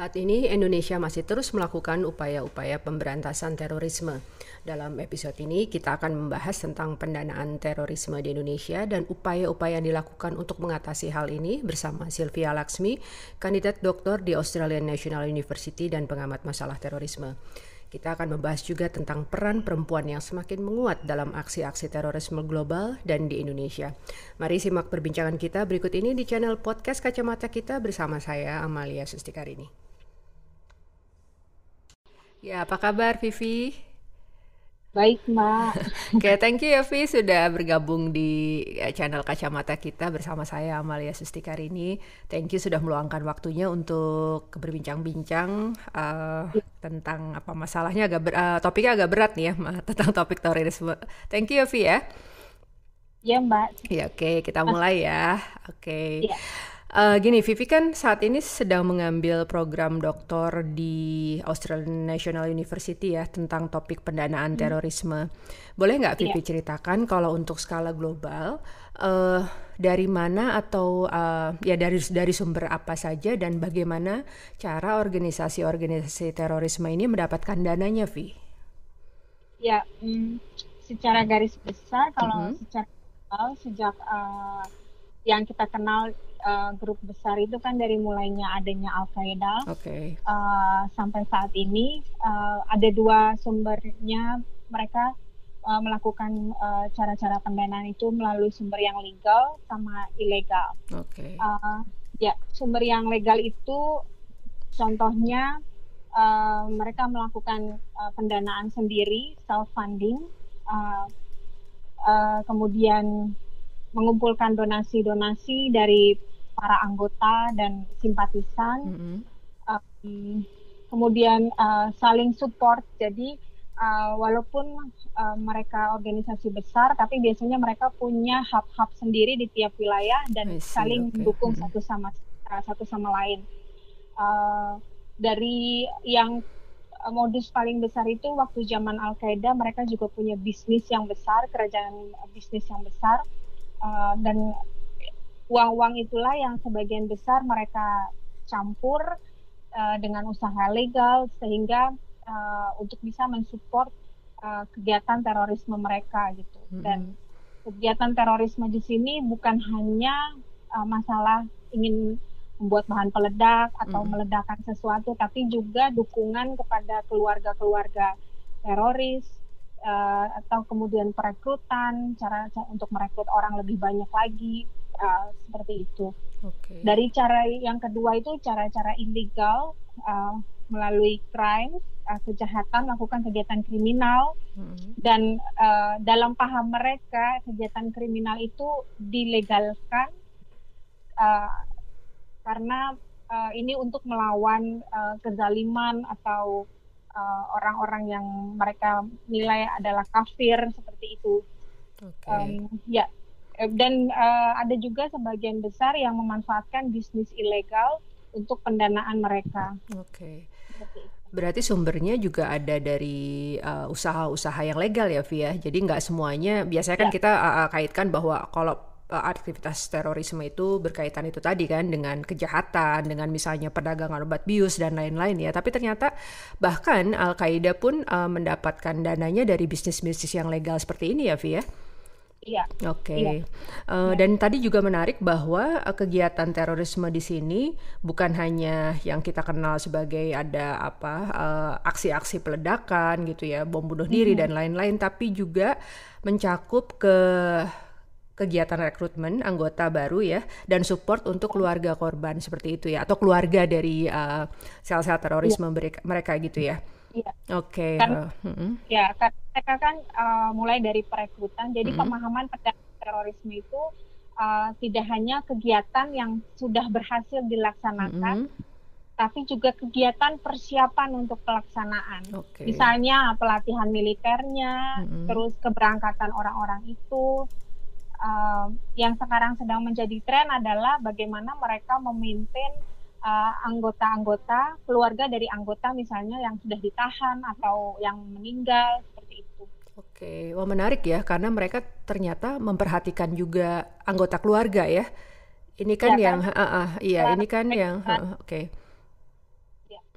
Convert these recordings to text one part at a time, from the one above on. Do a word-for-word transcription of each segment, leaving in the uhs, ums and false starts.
Saat ini Indonesia masih terus melakukan upaya-upaya pemberantasan terorisme. Dalam episode ini kita akan membahas tentang pendanaan terorisme di Indonesia dan upaya-upaya yang dilakukan untuk mengatasi hal ini bersama Sylvia Laksmi, kandidat doktor di Australian National University dan pengamat masalah terorisme. Kita akan membahas juga tentang peran perempuan yang semakin menguat dalam aksi-aksi terorisme global dan di Indonesia. Mari simak perbincangan kita berikut ini di channel podcast Kacamata Kita bersama saya, Amalia Sustikarini. Ya, apa kabar Vivi? Baik, Mbak. Oke, thank you ya Vi sudah bergabung di channel Kacamata Kita bersama saya Amalia Sustikarini. Thank you sudah meluangkan waktunya untuk berbincang-bincang uh, tentang apa masalahnya agak ber, uh, topiknya agak berat nih ya tentang topik terorisme. Thank you ya Vi ya. Ya, Mbak. Ya, oke, okay, kita mulai ya. Oke. Okay. Ya. Uh, gini, Vivi kan saat ini sedang mengambil program doktor di Australian National University ya tentang topik pendanaan hmm. terorisme. Boleh nggak Vivi ya. ceritakan kalau untuk skala global uh, dari mana atau uh, ya dari dari sumber apa saja dan bagaimana cara organisasi-organisasi terorisme ini mendapatkan dananya, Vi? Ya, mm, secara garis besar kalau mm-hmm. secara global sejak uh, yang kita kenal Uh, grup besar itu kan dari mulainya adanya Al-Qaeda okay. uh, sampai saat ini uh, ada dua sumbernya mereka uh, melakukan uh, cara-cara pendanaan itu melalui sumber yang legal sama ilegal. Okay. Uh, ya sumber yang legal itu contohnya uh, mereka melakukan uh, pendanaan sendiri self funding, uh, uh, kemudian mengumpulkan donasi-donasi dari para anggota dan simpatisan, mm-hmm. um, kemudian uh, saling support. Jadi uh, walaupun uh, mereka organisasi besar, tapi biasanya mereka punya hub-hub sendiri di tiap wilayah dan see, saling okay. mendukung mm-hmm. satu sama uh, satu sama lain. Uh, dari yang uh, modus paling besar itu waktu zaman Al-Qaeda mereka juga punya bisnis yang besar, kerajaan uh, bisnis yang besar. Uh, dan uang-uang itulah yang sebagian besar mereka campur uh, dengan usaha legal sehingga uh, untuk bisa mensupport uh, kegiatan terorisme mereka gitu. Mm-hmm. Dan kegiatan terorisme di sini bukan hanya uh, masalah ingin membuat bahan peledak atau mm-hmm. meledakkan sesuatu, tapi juga dukungan kepada keluarga-keluarga teroris. Uh, atau kemudian perekrutan, cara, cara untuk merekrut orang lebih banyak lagi, uh, seperti itu. Okay. Dari cara yang kedua itu cara-cara ilegal uh, melalui crime, uh, kejahatan, melakukan kegiatan kriminal, hmm. dan uh, dalam paham mereka kegiatan kriminal itu dilegalkan uh, karena uh, ini untuk melawan uh, kezaliman atau Uh, orang-orang yang mereka nilai adalah kafir seperti itu. Okay. Um, ya, dan uh, ada juga sebagian besar yang memanfaatkan bisnis ilegal untuk pendanaan mereka. Oke. Okay. Berarti sumbernya juga ada dari uh, usaha-usaha yang legal ya, Via. Jadi nggak semuanya. Biasanya kan ya. kita uh, kaitkan bahwa kalau aktivitas terorisme itu berkaitan itu tadi kan dengan kejahatan, dengan misalnya perdagangan obat bius dan lain-lain ya. Tapi ternyata bahkan Al-Qaeda pun uh, mendapatkan dananya dari bisnis-bisnis yang legal seperti ini ya, Vi ya? Iya. Oke. Okay. Iya. Uh, dan tadi juga menarik bahwa uh, kegiatan terorisme di sini bukan hanya yang kita kenal sebagai ada apa uh, aksi-aksi peledakan gitu ya, bom bunuh diri mm-hmm. dan lain-lain, tapi juga mencakup ke kegiatan rekrutmen anggota baru ya dan support untuk keluarga korban seperti itu ya atau keluarga dari uh, sel-sel terorisme ya. mereka, mereka gitu ya. Iya. Oke. Okay. Kan, uh, uh-uh. Ya, kan mereka kan uh, mulai dari perekrutan. Jadi uh-huh. pemahaman pada terorisme itu uh, tidak hanya kegiatan yang sudah berhasil dilaksanakan, uh-huh. tapi juga kegiatan persiapan untuk pelaksanaan. Okay. Misalnya pelatihan militernya, uh-huh. terus keberangkatan orang-orang itu. Uh, yang sekarang sedang menjadi tren adalah bagaimana mereka memaintain uh, anggota-anggota, keluarga dari anggota misalnya yang sudah ditahan atau yang meninggal, seperti itu. Oke, wah menarik ya, karena mereka ternyata memperhatikan juga anggota keluarga ya. Ini kan ya, yang, uh, uh, iya, ini kan yang, uh, oke. Okay. Ya.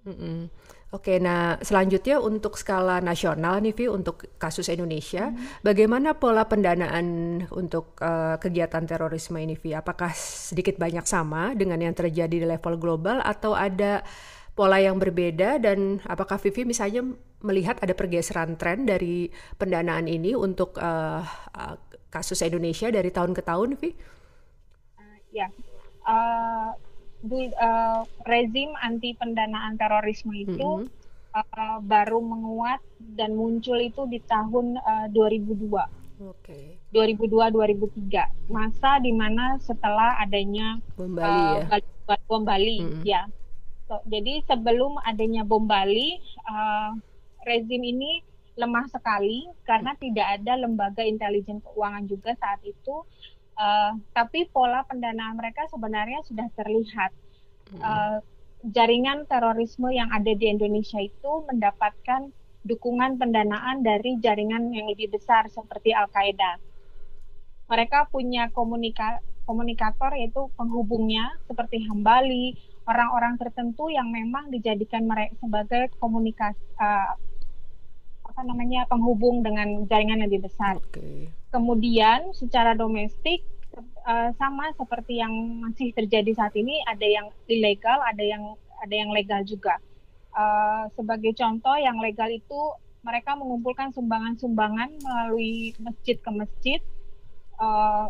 Mm-mm. Oke, nah selanjutnya untuk skala nasional nih Vi, untuk kasus Indonesia, hmm. bagaimana pola pendanaan untuk uh, kegiatan terorisme ini Vi? Apakah sedikit banyak sama dengan yang terjadi di level global atau ada pola yang berbeda, dan apakah Vivi misalnya melihat ada pergeseran tren dari pendanaan ini untuk uh, uh, kasus Indonesia dari tahun ke tahun Vi? Uh, ya. Uh... Di, uh, rezim anti pendanaan terorisme itu mm-hmm. uh, baru menguat dan muncul itu di tahun uh, dua ribu dua. Okay. dua ribu dua dua ribu tiga. Masa di mana setelah adanya bom Bali uh, ya. Bom Bali mm-hmm. ya. So, jadi sebelum adanya bom Bali, uh, rezim ini lemah sekali karena mm-hmm. tidak ada lembaga intelijen keuangan juga saat itu. Uh, tapi pola pendanaan mereka sebenarnya sudah terlihat. Uh, jaringan terorisme yang ada di Indonesia itu mendapatkan dukungan pendanaan dari jaringan yang lebih besar seperti Al-Qaeda. Mereka punya komunika- komunikator yaitu penghubungnya seperti Hambali, orang-orang tertentu yang memang dijadikan mereka sebagai komunikasi uh, apa namanya penghubung dengan jaringan lebih besar. Okay. Kemudian secara domestik uh, sama seperti yang masih terjadi saat ini, ada yang ilegal, ada yang ada yang legal juga. Uh, sebagai contoh, yang legal itu mereka mengumpulkan sumbangan-sumbangan melalui masjid ke masjid. Uh,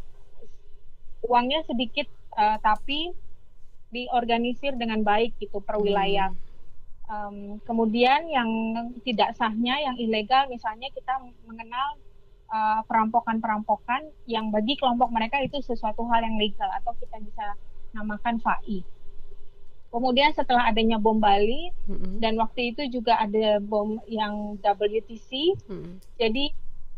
uangnya sedikit uh, tapi diorganisir dengan baik gitu per wilayah. Hmm. Um, kemudian yang tidak sahnya, yang ilegal, misalnya kita mengenal uh, perampokan-perampokan yang bagi kelompok mereka itu sesuatu hal yang legal atau kita bisa namakan F A I. Kemudian setelah adanya bom Bali, mm-hmm. dan waktu itu juga ada bom yang W T C, mm-hmm. jadi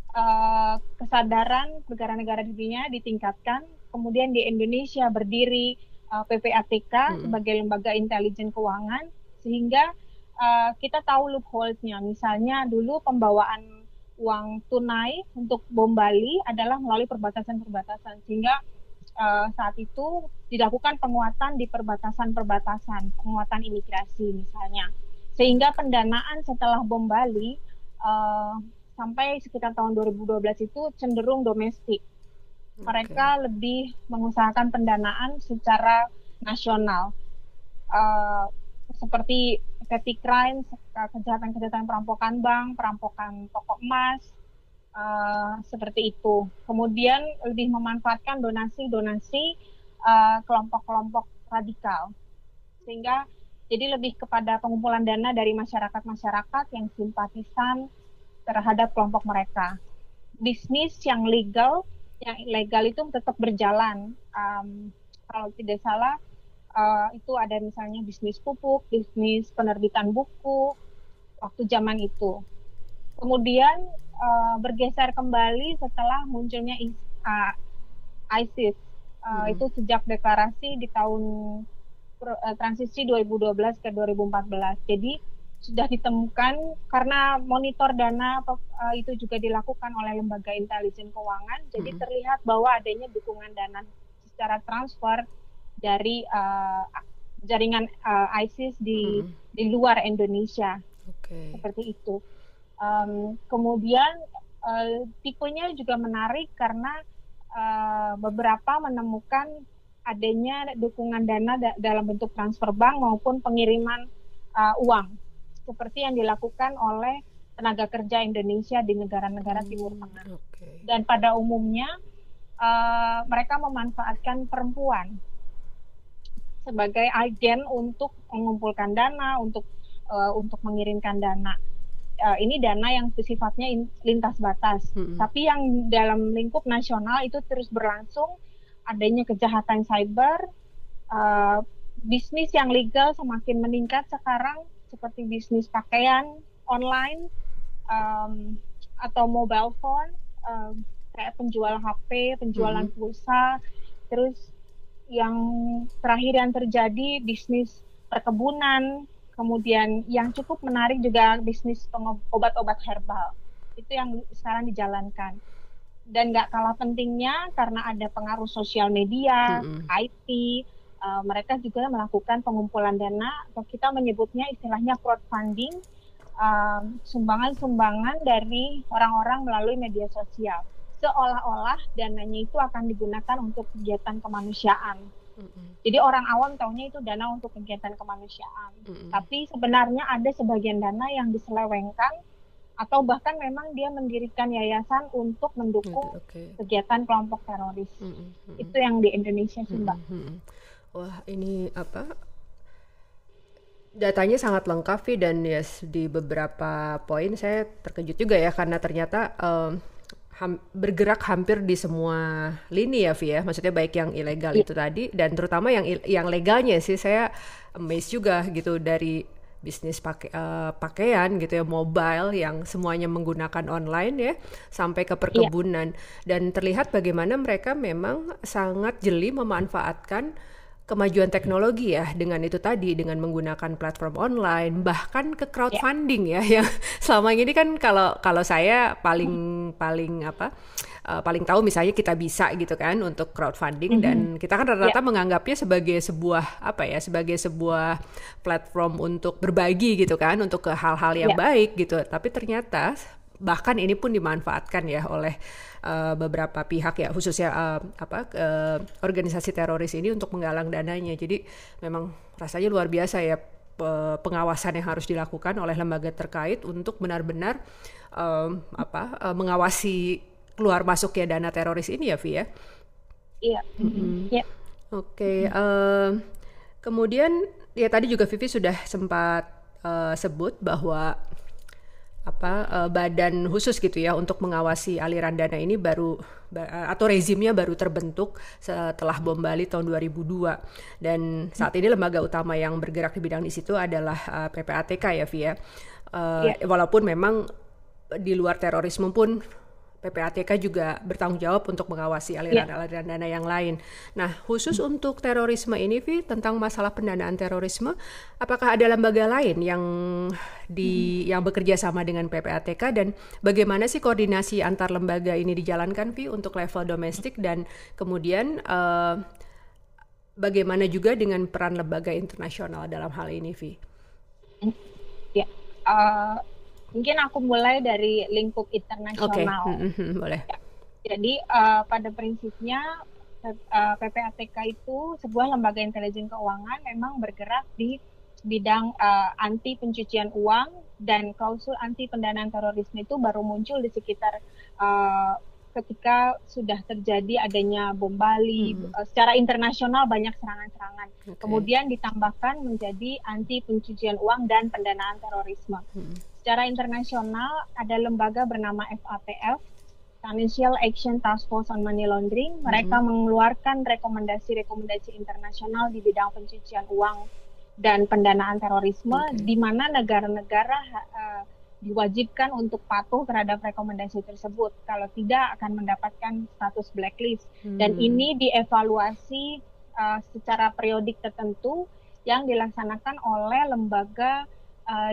uh, kesadaran negara-negara di dunia ditingkatkan. Kemudian di Indonesia berdiri uh, P P A T K mm-hmm. sebagai lembaga intelijen keuangan, sehingga uh, kita tahu loophole-nya. Misalnya dulu pembawaan uang tunai untuk bom Bali adalah melalui perbatasan-perbatasan, sehingga uh, saat itu dilakukan penguatan di perbatasan-perbatasan, penguatan imigrasi misalnya. Sehingga pendanaan setelah bom Bali uh, sampai sekitar tahun dua ribu dua belas itu cenderung domestik. Mereka okay. lebih mengusahakan pendanaan secara nasional. Uh, seperti petty crime, kejahatan-kejahatan perampokan bank, perampokan toko emas, uh, seperti itu. Kemudian lebih memanfaatkan donasi-donasi uh, kelompok-kelompok radikal, sehingga jadi lebih kepada pengumpulan dana dari masyarakat-masyarakat yang simpatisan terhadap kelompok mereka. Bisnis yang legal, yang ilegal itu tetap berjalan. Um, kalau tidak salah, Uh, itu ada misalnya bisnis pupuk, bisnis penerbitan buku waktu zaman itu. Kemudian uh, bergeser kembali setelah munculnya uh, ISIS. Uh, hmm. Itu sejak deklarasi di tahun uh, transisi dua ribu dua belas ke dua ribu empat belas. Jadi sudah ditemukan karena monitor dana uh, itu juga dilakukan oleh lembaga intelijen keuangan. Jadi hmm. terlihat bahwa adanya dukungan dana secara transfer dari uh, jaringan uh, ISIS di hmm. di luar Indonesia, okay. seperti itu. Um, kemudian uh, tipenya juga menarik karena uh, beberapa menemukan adanya dukungan dana da- dalam bentuk transfer bank maupun pengiriman uh, uang, seperti yang dilakukan oleh tenaga kerja Indonesia di negara-negara hmm. Timur Tengah. Okay. Dan pada umumnya uh, mereka memanfaatkan perempuan sebagai agen untuk mengumpulkan dana, untuk uh, untuk mengirimkan dana. Uh, ini dana yang sifatnya in, lintas batas. Mm-hmm. Tapi yang dalam lingkup nasional itu terus berlangsung, adanya kejahatan cyber, uh, bisnis yang legal semakin meningkat sekarang, seperti bisnis pakaian online, um, atau mobile phone, um, kayak penjual H P, penjualan mm-hmm. pulsa, terus yang terakhir yang terjadi bisnis perkebunan, kemudian yang cukup menarik juga bisnis obat-obat herbal. Itu yang sekarang dijalankan. Dan nggak kalah pentingnya karena ada pengaruh sosial media, mm-hmm. I T, uh, mereka juga melakukan pengumpulan dana, atau kita menyebutnya istilahnya crowdfunding, um, sumbangan-sumbangan dari orang-orang melalui media sosial. Seolah-olah dananya itu akan digunakan untuk kegiatan kemanusiaan. Mm-hmm. Jadi orang awam taunya itu dana untuk kegiatan kemanusiaan. Mm-hmm. Tapi sebenarnya ada sebagian dana yang diselewengkan, atau bahkan memang dia mendirikan yayasan untuk mendukung okay. kegiatan kelompok teroris. Mm-hmm. Itu yang di Indonesia sih, Mbak. Mm-hmm. Wah, ini apa? Datanya sangat lengkap, Vi, dan yes, di beberapa poin saya terkejut juga ya, karena ternyata um, ham, bergerak hampir di semua lini ya, Vi ya. Maksudnya baik yang ilegal yeah. itu tadi, dan terutama yang yang legalnya sih saya amazed juga gitu, dari bisnis pake, uh, pakaian gitu ya, mobile yang semuanya menggunakan online ya, sampai ke perkebunan. Yeah. Dan terlihat bagaimana mereka memang sangat jeli memanfaatkan kemajuan teknologi ya, dengan itu tadi, dengan menggunakan platform online, bahkan ke crowdfunding yeah. ya, yang selama ini kan kalau kalau saya paling hmm. paling apa uh, paling tahu misalnya kita bisa gitu kan untuk crowdfunding, mm-hmm. dan kita kan rata-rata yeah. menganggapnya sebagai sebuah apa ya, sebagai sebuah platform untuk berbagi gitu kan, untuk ke hal-hal yang yeah. baik gitu, tapi ternyata bahkan ini pun dimanfaatkan ya oleh uh, beberapa pihak ya, khususnya uh, apa uh, organisasi teroris ini untuk menggalang dananya. Jadi memang rasanya luar biasa ya pengawasan yang harus dilakukan oleh lembaga terkait untuk benar-benar um, apa uh, mengawasi keluar masuknya dana teroris ini ya, Vi ya. Iya. Mm-hmm. Yeah. Oke. Okay, mm-hmm. uh, kemudian ya tadi juga Vivi sudah sempat uh, sebut bahwa apa uh, badan khusus gitu ya untuk mengawasi aliran dana ini baru ba- atau rezimnya baru terbentuk setelah bom Bali tahun dua ribu dua, dan saat ini lembaga utama yang bergerak di bidang di situ adalah uh, P P A T K ya, Vi ya. Uh, yeah. Walaupun memang di luar terorisme pun P P A T K juga bertanggung jawab untuk mengawasi aliran-aliran yeah. dana yang lain. Nah, khusus hmm. untuk terorisme ini, Vi, tentang masalah pendanaan terorisme, apakah ada lembaga lain yang di hmm. yang bekerja sama dengan P P A T K, dan bagaimana sih koordinasi antar lembaga ini dijalankan, Vi, untuk level domestik, dan kemudian uh, bagaimana juga dengan peran lembaga internasional dalam hal ini, Vi? Ya. Yeah. Uh... Mungkin aku mulai dari lingkup internasional. Oke, okay. boleh. Ya. Jadi uh, pada prinsipnya uh, P P A T K itu sebuah lembaga intelijen keuangan, memang bergerak di bidang uh, anti pencucian uang, dan klausul anti pendanaan terorisme itu baru muncul di sekitar uh, ketika sudah terjadi adanya bom Bali, hmm. uh, secara internasional banyak serangan-serangan. Okay. Kemudian ditambahkan menjadi anti pencucian uang dan pendanaan terorisme. Hmm. Secara internasional ada lembaga bernama F A T F, Financial Action Task Force on Money Laundering. Mereka hmm. mengeluarkan rekomendasi-rekomendasi internasional di bidang pencucian uang dan pendanaan terorisme, okay. di mana negara-negara uh, diwajibkan untuk patuh terhadap rekomendasi tersebut. Kalau tidak akan mendapatkan status blacklist. Hmm. Dan ini dievaluasi uh, secara periodik tertentu yang dilaksanakan oleh lembaga uh,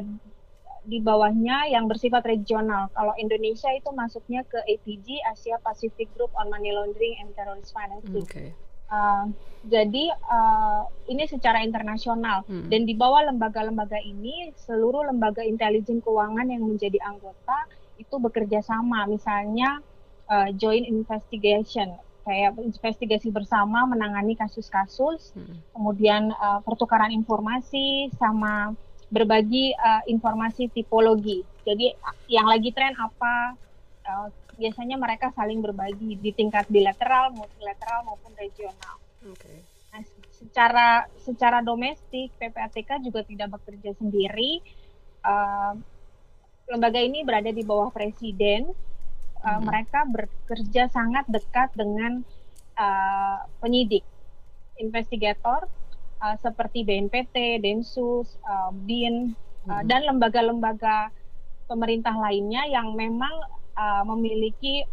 di bawahnya yang bersifat regional. Kalau Indonesia itu masuknya ke A P G, Asia Pacific Group on Money Laundering and Terrorist Financing. Okay. Uh, jadi uh, ini secara internasional, hmm. dan di bawah lembaga-lembaga ini seluruh lembaga intelijen keuangan yang menjadi anggota itu bekerja sama, misalnya uh, joint investigation, kayak investigasi bersama menangani kasus-kasus, hmm. kemudian uh, pertukaran informasi sama berbagi uh, informasi tipologi. Jadi yang lagi tren apa, uh, biasanya mereka saling berbagi di tingkat bilateral, multilateral maupun regional. Okay. Nah, secara secara domestik P P A T K juga tidak bekerja sendiri. Uh, lembaga ini berada di bawah presiden. Uh, hmm. Mereka bekerja sangat dekat dengan uh, penyidik, investigator uh, seperti B N P T, Densus, uh, B I N, uh, hmm. dan lembaga-lembaga pemerintah lainnya yang memang Uh, memiliki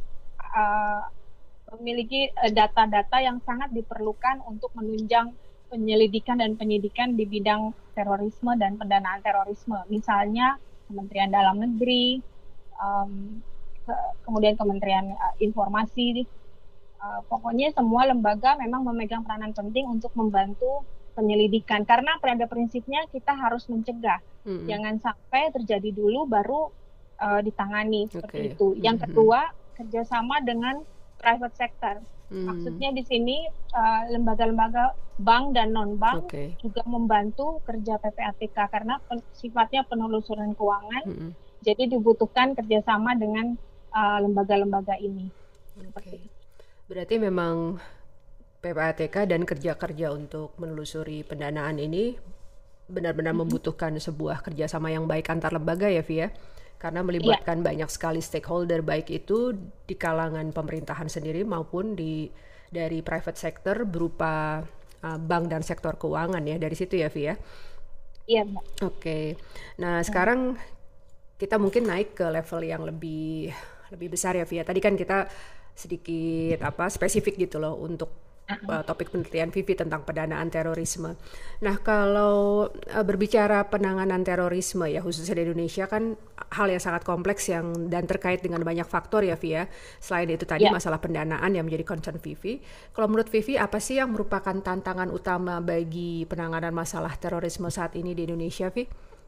uh, memiliki uh, data-data yang sangat diperlukan untuk menunjang penyelidikan dan penyidikan di bidang terorisme dan pendanaan terorisme. Misalnya Kementerian Dalam Negeri, um, ke, kemudian Kementerian uh, Informasi, Uh, pokoknya semua lembaga memang memegang peranan penting untuk membantu penyelidikan, karena pada prinsipnya kita harus mencegah, mm-hmm. jangan sampai terjadi dulu baru uh, ditangani, seperti okay. itu. Yang mm-hmm. kedua, kerjasama dengan private sector. Mm. Maksudnya di sini uh, lembaga-lembaga bank dan non bank okay. juga membantu kerja P P A T K karena pen- sifatnya penelusuran keuangan, mm-hmm. jadi dibutuhkan kerjasama dengan uh, lembaga-lembaga ini. Okay. Berarti memang P P A T K dan kerja-kerja untuk menelusuri pendanaan ini benar-benar mm-hmm. membutuhkan sebuah kerjasama yang baik antar lembaga ya, Via? Karena melibatkan yeah. banyak sekali stakeholder, baik itu di kalangan pemerintahan sendiri maupun di dari private sector berupa uh, bank dan sektor keuangan ya, dari situ ya, Via? Iya, Mbak. Oke. Okay. Nah, sekarang kita mungkin naik ke level yang lebih lebih besar ya, Via. Tadi kan kita sedikit apa spesifik gitu loh untuk uh, topik penelitian Vivi tentang pendanaan terorisme. Nah, kalau uh, berbicara penanganan terorisme ya khususnya di Indonesia kan hal yang sangat kompleks yang dan terkait dengan banyak faktor ya, Via. Selain itu tadi yeah. masalah pendanaan yang menjadi concern Vivi. Kalau menurut Vivi apa sih yang merupakan tantangan utama bagi penanganan masalah terorisme saat ini di Indonesia, Vi?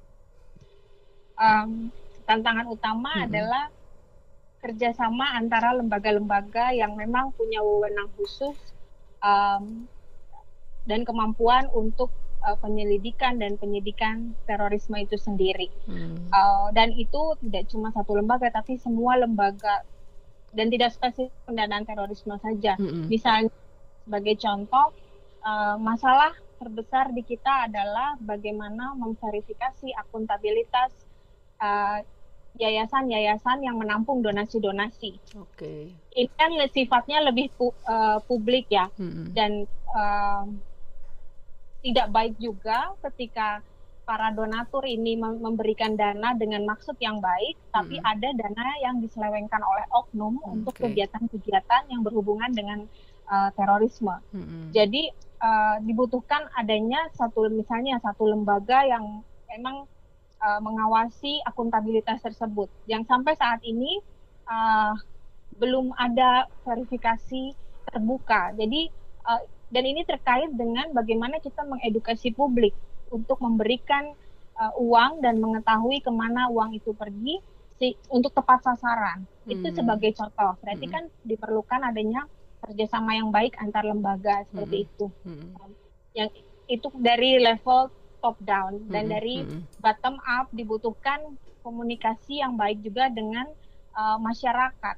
Um, tantangan utama mm-hmm. adalah kerjasama antara lembaga-lembaga yang memang punya wewenang khusus um, dan kemampuan untuk uh, penyelidikan dan penyidikan terorisme itu sendiri. Hmm. Uh, dan itu tidak cuma satu lembaga, tapi semua lembaga dan tidak spesifik pendanaan terorisme saja. Hmm. Misalnya sebagai contoh, uh, masalah terbesar di kita adalah bagaimana memverifikasi akuntabilitas uh, yayasan-yayasan yang menampung donasi-donasi. Oke. Okay. Ini kan sifatnya lebih pu, uh, publik ya, mm-hmm. dan uh, tidak baik juga ketika para donatur ini memberikan dana dengan maksud yang baik, tapi mm-hmm. ada dana yang diselewengkan oleh oknum okay. untuk kegiatan-kegiatan yang berhubungan dengan uh, terorisme. Mm-hmm. Jadi uh, dibutuhkan adanya satu misalnya satu lembaga yang memang Uh, mengawasi akuntabilitas tersebut. Yang sampai saat ini uh, belum ada verifikasi terbuka. Jadi uh, dan ini terkait dengan bagaimana kita mengedukasi publik untuk memberikan uh, uang dan mengetahui kemana uang itu pergi si, untuk tepat sasaran. Hmm. Itu sebagai contoh. Berarti hmm. kan diperlukan adanya kerjasama yang baik antar lembaga seperti hmm. itu. Hmm. Um, yang itu dari level top down dan mm-hmm. dari mm-hmm. bottom up dibutuhkan komunikasi yang baik juga dengan uh, masyarakat.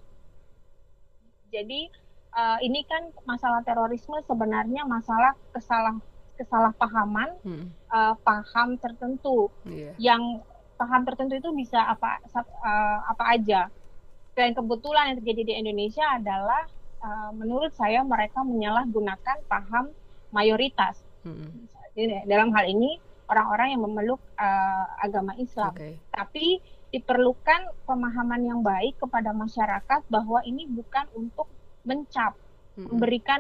Jadi uh, ini kan masalah terorisme sebenarnya masalah kesalah kesalahpahaman mm-hmm. uh, paham tertentu yeah. yang paham tertentu itu bisa apa uh, apa aja. Dan kebetulan yang terjadi di Indonesia adalah uh, menurut saya mereka menyalahgunakan paham mayoritas. Mm-hmm. Jadi, dalam hal ini orang-orang yang memeluk uh, agama Islam. Okay. Tapi diperlukan pemahaman yang baik kepada masyarakat bahwa ini bukan untuk mencap, mm-hmm. memberikan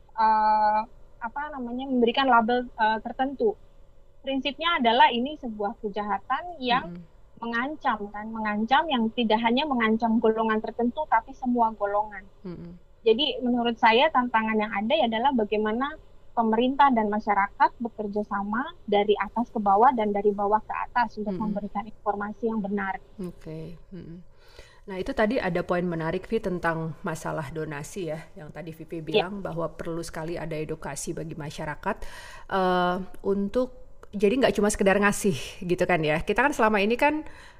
uh, apa namanya, memberikan label uh, tertentu. Prinsipnya adalah ini sebuah kejahatan yang mm-hmm. mengancam kan, mengancam yang tidak hanya mengancam golongan tertentu, tapi semua golongan. Mm-hmm. Jadi menurut saya tantangan yang ada adalah bagaimana pemerintah dan masyarakat bekerja sama dari atas ke bawah dan dari bawah ke atas untuk mm-hmm. memberikan informasi yang benar. Oke. Okay. Mm-hmm. Nah itu tadi ada poin menarik Vi tentang masalah donasi ya, yang tadi Vivi bilang yeah. bahwa perlu sekali ada edukasi bagi masyarakat uh, untuk jadi nggak cuma sekedar ngasih gitu kan ya. Kita kan selama ini kan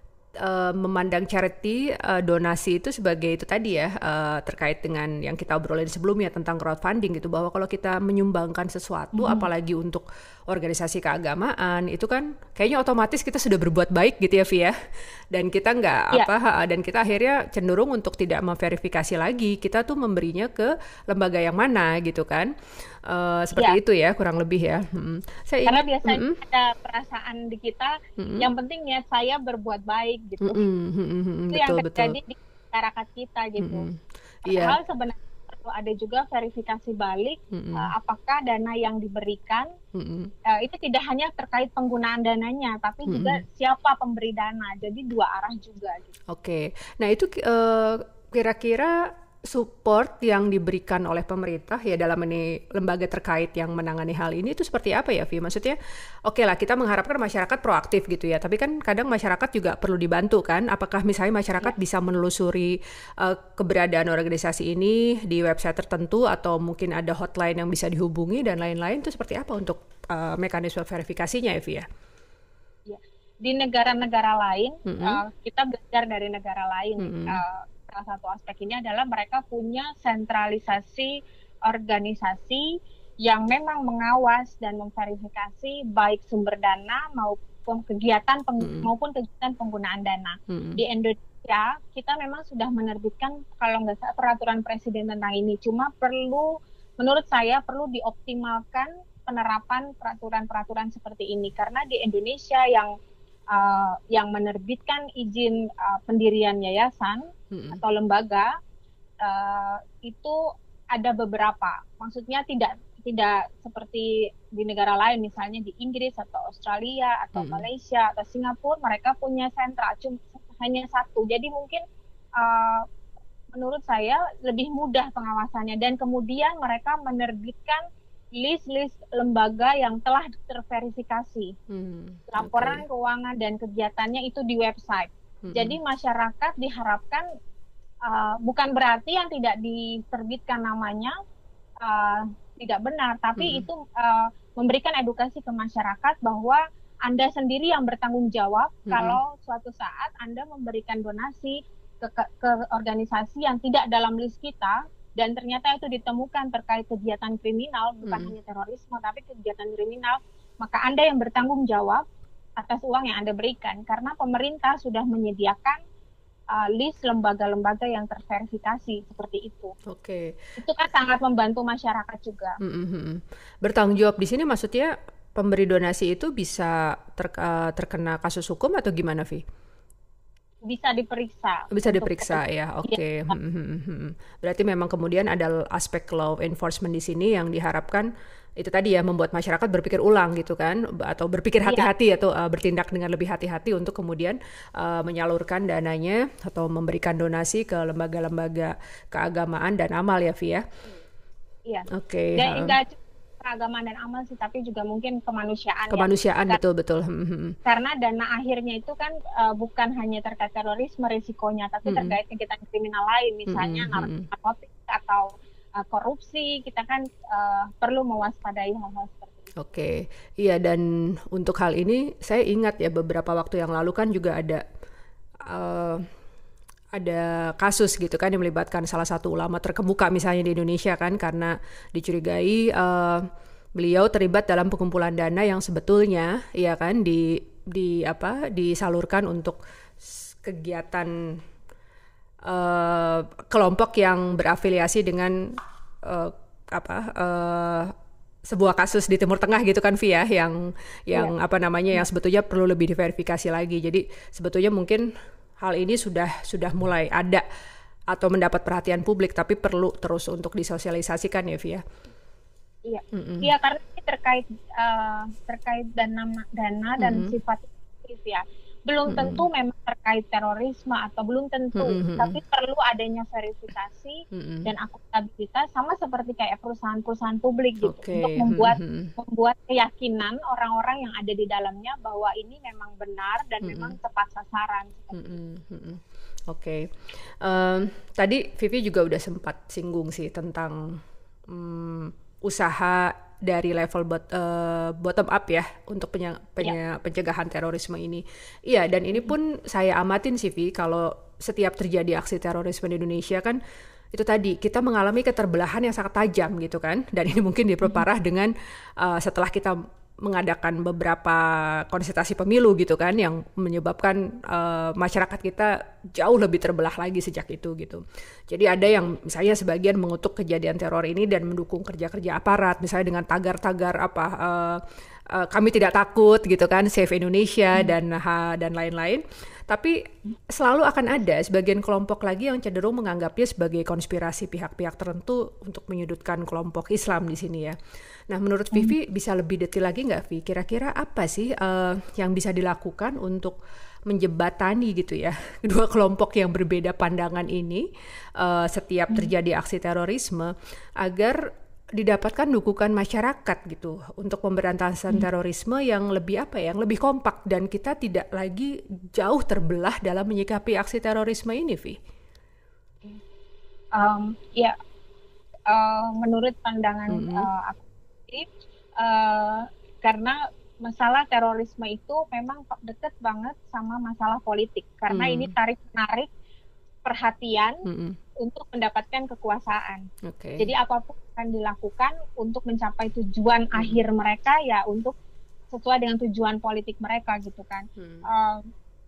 Uh, memandang charity uh, donasi itu sebagai itu tadi ya uh, terkait dengan yang kita obrolin sebelumnya tentang crowdfunding gitu, bahwa kalau kita menyumbangkan sesuatu mm-hmm. apalagi untuk organisasi keagamaan itu kan kayaknya otomatis kita sudah berbuat baik gitu ya Vi ya, dan kita nggak yeah. apa dan kita akhirnya cenderung untuk tidak memverifikasi lagi kita tuh memberinya ke lembaga yang mana gitu kan. Uh, seperti ya. Itu ya kurang lebih ya. Hmm. Saya Karena ingin, biasanya mm-mm. ada perasaan di kita, mm-mm. yang penting niat saya berbuat baik gitu. Mm-mm. Mm-mm. Itu betul, yang terjadi betul. Di masyarakat kita gitu. Padahal yeah. sebenarnya perlu ada juga verifikasi balik uh, apakah dana yang diberikan uh, itu tidak hanya terkait penggunaan dananya, tapi mm-mm. juga siapa pemberi dana. Jadi dua arah juga. Gitu. Oke, okay. Nah itu uh, kira-kira support yang diberikan oleh pemerintah ya dalam ini lembaga terkait yang menangani hal ini itu seperti apa ya, Vi? Maksudnya, oke okay lah kita mengharapkan masyarakat proaktif gitu ya, tapi kan kadang masyarakat juga perlu dibantu kan? Apakah misalnya masyarakat ya. bisa menelusuri uh, keberadaan organisasi ini di website tertentu atau mungkin ada hotline yang bisa dihubungi dan lain-lain, itu seperti apa untuk uh, mekanisme verifikasinya ya, Vi ya? Ya. Di negara-negara lain, mm-hmm. uh, kita belajar dari negara lain. Mm-hmm. Uh, salah satu aspek ini adalah mereka punya sentralisasi organisasi yang memang mengawas dan memverifikasi baik sumber dana maupun kegiatan peng, mm-hmm. maupun kegiatan penggunaan dana. Mm-hmm. Di Indonesia kita memang sudah menerbitkan kalau nggak salah peraturan presiden tentang ini, cuma perlu menurut saya perlu dioptimalkan penerapan peraturan-peraturan seperti ini karena di Indonesia yang uh, yang menerbitkan izin uh, pendirian yayasan hmm. atau lembaga uh, itu ada beberapa, maksudnya tidak tidak seperti di negara lain misalnya di Inggris atau Australia atau hmm. Malaysia atau Singapura mereka punya sentral cuma hanya satu, jadi mungkin uh, menurut saya lebih mudah pengawasannya dan kemudian mereka menerbitkan list-list lembaga yang telah terverifikasi, hmm, laporan okay. keuangan dan kegiatannya itu di website. Hmm. Jadi masyarakat diharapkan uh, bukan berarti yang tidak diterbitkan namanya uh, tidak benar, tapi hmm. itu uh, memberikan edukasi ke masyarakat bahwa Anda sendiri yang bertanggung jawab hmm. kalau suatu saat Anda memberikan donasi ke, ke, ke organisasi yang tidak dalam list kita. Dan ternyata itu ditemukan terkait kegiatan kriminal, bukan hmm. hanya terorisme, tapi kegiatan kriminal, maka Anda yang bertanggung jawab atas uang yang Anda berikan, karena pemerintah sudah menyediakan uh, list lembaga-lembaga yang terverifikasi seperti itu. Oke. Itu kan sangat membantu masyarakat juga. Mm-hmm. Bertanggung jawab di sini maksudnya pemberi donasi itu bisa ter- terkena kasus hukum atau gimana, Vi? Bisa diperiksa. Bisa diperiksa ya, oke. Okay. Ya. Berarti memang kemudian ada aspek law enforcement di sini yang diharapkan itu tadi ya membuat masyarakat berpikir ulang gitu kan, atau berpikir hati-hati ya. atau uh, bertindak dengan lebih hati-hati untuk kemudian uh, menyalurkan dananya atau memberikan donasi ke lembaga-lembaga keagamaan dan amal ya, Vi ya. Iya. Oke. Okay. Dan enggak keagamaan dan amal sih, tapi juga mungkin kemanusiaan. Kemanusiaan ya. betul-betul. Karena dana akhirnya itu kan uh, bukan hanya terkait terorisme risikonya, tapi mm-hmm. terkait kegiatan kriminal lain, misalnya mm-hmm. narkotik atau uh, korupsi. Kita kan uh, perlu mewaspadai hal-hal seperti itu. Oke, okay. Iya, dan untuk hal ini saya ingat ya beberapa waktu yang lalu kan juga ada uh, ada kasus gitu kan yang melibatkan salah satu ulama terkemuka misalnya di Indonesia kan, karena dicurigai uh, beliau terlibat dalam pengumpulan dana yang sebetulnya ya kan di di apa disalurkan untuk kegiatan uh, kelompok yang berafiliasi dengan uh, apa uh, sebuah kasus di Timur Tengah gitu kan, Via, yang yang yeah. apa namanya yang sebetulnya perlu lebih diverifikasi lagi. Jadi sebetulnya mungkin hal ini sudah sudah mulai ada atau mendapat perhatian publik, tapi perlu terus untuk disosialisasikan ya, Via. Iya, mm-hmm. iya karena ini terkait uh, terkait dana dana dan mm-hmm. sifat ya. Belum mm-hmm. tentu memang terkait terorisme atau belum tentu, mm-hmm. tapi perlu adanya verifikasi mm-hmm. dan akuntabilitas sama seperti kayak perusahaan-perusahaan publik gitu, okay. untuk membuat mm-hmm. membuat keyakinan orang-orang yang ada di dalamnya bahwa ini memang benar dan mm-hmm. memang tepat sasaran. Mm-hmm. Oke, okay. um, tadi Vivi juga udah sempat singgung sih tentang um, usaha dari level bot, uh, bottom up ya untuk penya, penya, ya. pencegahan terorisme ini. Iya, dan ini pun saya amatin sih, Vi, kalau setiap terjadi aksi terorisme di Indonesia kan itu tadi kita mengalami keterbelahan yang sangat tajam gitu kan, dan ini mungkin diperparah mm-hmm. dengan uh, setelah kita mengadakan beberapa konsultasi pemilu gitu kan, yang menyebabkan uh, masyarakat kita jauh lebih terbelah lagi sejak itu gitu. Jadi ada yang misalnya sebagian mengutuk kejadian teror ini dan mendukung kerja-kerja aparat, misalnya dengan tagar-tagar apa uh, uh, kami tidak takut gitu kan, Save Indonesia hmm. dan ha, dan lain-lain. Tapi selalu akan ada sebagian kelompok lagi yang cenderung menganggapnya sebagai konspirasi pihak-pihak tertentu untuk menyudutkan kelompok Islam di sini ya. Nah, menurut Vivi bisa lebih detail lagi nggak, Vi? Kira-kira apa sih uh, yang bisa dilakukan untuk menjembatani gitu ya dua kelompok yang berbeda pandangan ini uh, setiap terjadi aksi terorisme agar didapatkan dukungan masyarakat gitu untuk pemberantasan terorisme yang lebih apa ya, yang lebih kompak dan kita tidak lagi jauh terbelah dalam menyikapi aksi terorisme ini, Vi. Um, ya, uh, menurut pandangan mm-hmm. uh, aku, uh, karena masalah terorisme itu memang dekat banget sama masalah politik karena mm. ini tarik-menarik perhatian mm-hmm. untuk mendapatkan kekuasaan. Okay. Jadi apapun akan dilakukan untuk mencapai tujuan hmm. akhir mereka ya untuk sesuai dengan tujuan politik mereka gitu kan. Hmm. Um,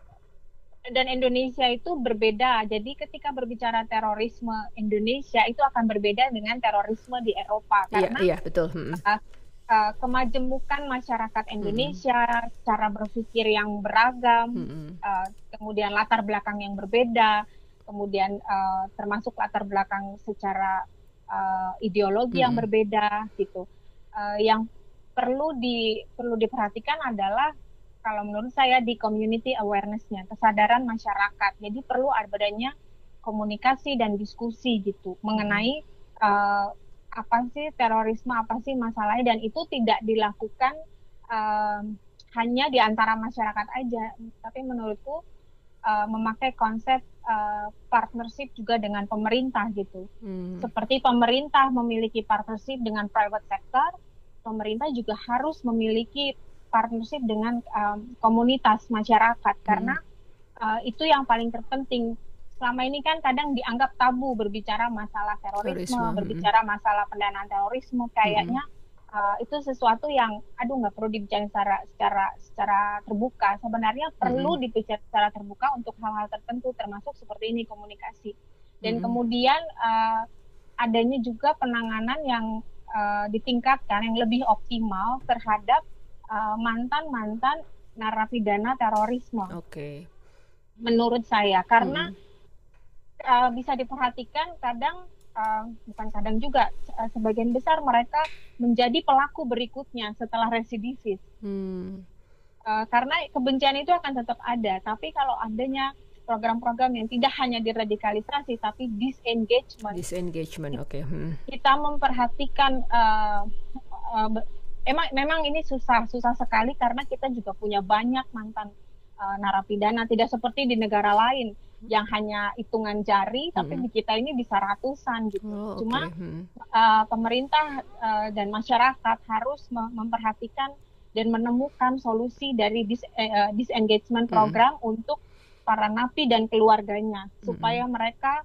dan Indonesia itu berbeda. Jadi ketika berbicara terorisme Indonesia itu akan berbeda dengan terorisme di Eropa karena iya, iya, betul. Hmm. Uh, uh, kemajemukan masyarakat Indonesia, hmm. cara berpikir yang beragam, hmm. uh, kemudian latar belakang yang berbeda, kemudian uh, termasuk latar belakang secara Uh, ideologi hmm. yang berbeda gitu. Uh, yang perlu di perlu diperhatikan adalah kalau menurut saya di community awareness-nya, kesadaran masyarakat. Jadi perlu adanya komunikasi dan diskusi gitu mengenai uh, apa sih terorisme, apa sih masalahnya, dan itu tidak dilakukan uh, hanya di antara masyarakat aja, tapi menurutku uh, memakai konsep Uh, partnership juga dengan pemerintah gitu. Hmm. Seperti pemerintah memiliki partnership dengan private sector, pemerintah juga harus memiliki partnership dengan um, komunitas masyarakat hmm. karena uh, itu yang paling terpenting. Selama ini kan kadang dianggap tabu berbicara masalah terorisme, terorisme. berbicara hmm. masalah pendanaan terorisme, kayaknya hmm. uh, itu sesuatu yang aduh nggak perlu dibicarakan secara secara secara terbuka. Sebenarnya mm-hmm. perlu dibicarakan secara terbuka untuk hal-hal tertentu termasuk seperti ini komunikasi. Dan mm-hmm. kemudian uh, adanya juga penanganan yang uh, ditingkatkan yang lebih optimal terhadap uh, mantan-mantan narapidana terorisme. Oke. Okay. Menurut saya karena mm-hmm. uh, bisa diperhatikan kadang Uh, bukan kadang juga uh, sebagian besar mereka menjadi pelaku berikutnya setelah residivis. Hmm. Uh, karena kebencian itu akan tetap ada, tapi kalau adanya program-program yang tidak hanya diradikalisasi tapi disengagement. Disengagement, oke. Okay. Hmm. Kita memperhatikan, uh, uh, emang memang ini susah, susah sekali karena kita juga punya banyak mantan uh, narapidana, tidak seperti di negara lain yang hanya hitungan jari, tapi hmm. di kita ini bisa ratusan gitu. Oh, Cuma okay. hmm. uh, pemerintah uh, dan masyarakat harus mem- memperhatikan dan menemukan solusi dari dis- uh, disengagement program hmm. untuk para napi dan keluarganya, hmm. supaya mereka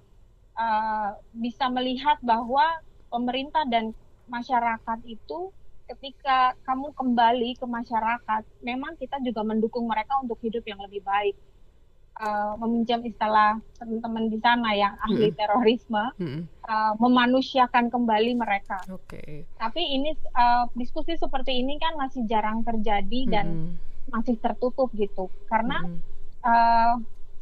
uh, bisa melihat bahwa pemerintah dan masyarakat itu ketika kamu kembali ke masyarakat, memang kita juga mendukung mereka untuk hidup yang lebih baik. Uh, meminjam istilah teman-teman di sana yang ahli hmm. terorisme, hmm. Uh, memanusiakan kembali mereka. Okay. Tapi ini uh, diskusi seperti ini kan masih jarang terjadi hmm. dan masih tertutup gitu, karena hmm. uh,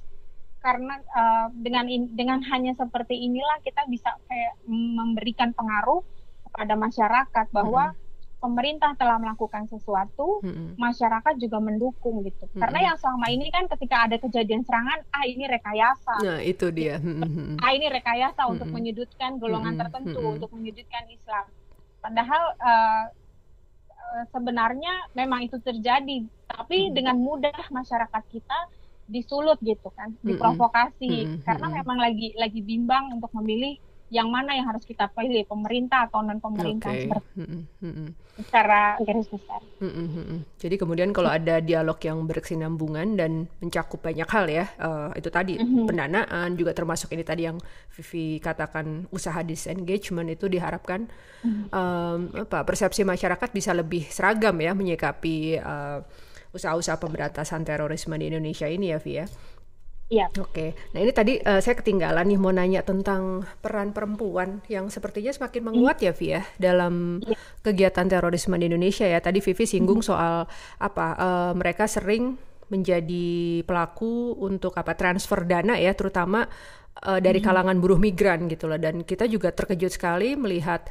karena uh, dengan in, dengan hanya seperti inilah kita bisa kayak memberikan pengaruh kepada masyarakat bahwa hmm. pemerintah telah melakukan sesuatu, mm-hmm. masyarakat juga mendukung gitu. Mm-hmm. Karena yang selama ini kan ketika ada kejadian serangan, ah ini rekayasa. Nah itu dia. Mm-hmm. Ah ini rekayasa mm-hmm. untuk menyudutkan golongan mm-hmm. tertentu, mm-hmm. untuk menyudutkan Islam. Padahal uh, uh, sebenarnya memang itu terjadi, tapi mm-hmm. dengan mudah masyarakat kita disulut gitu kan, mm-hmm. diprovokasi. Mm-hmm. Karena memang lagi lagi bimbang untuk memilih yang mana yang harus kita pilih, pemerintah atau non pemerintah, okay. seperti mm -hmm. secara garis besar. Mm -hmm. Jadi kemudian kalau ada dialog yang berkesinambungan dan mencakup banyak hal ya, uh, itu tadi mm -hmm. pendanaan juga termasuk ini tadi yang Vivi katakan usaha disengagement itu diharapkan mm -hmm. um, apa persepsi masyarakat bisa lebih seragam ya menyikapi uh, usaha-usaha pemberantasan terorisme di Indonesia ini ya, Vi ya. Iya. Oke, nah ini tadi uh, saya ketinggalan nih mau nanya tentang peran perempuan yang sepertinya semakin menguat mm. ya, Vi ya, dalam yeah. kegiatan terorisme di Indonesia ya. Tadi Vivi singgung mm. soal apa uh, mereka sering menjadi pelaku untuk apa transfer dana ya, terutama uh, dari kalangan buruh migran gitu loh. Dan kita juga terkejut sekali melihat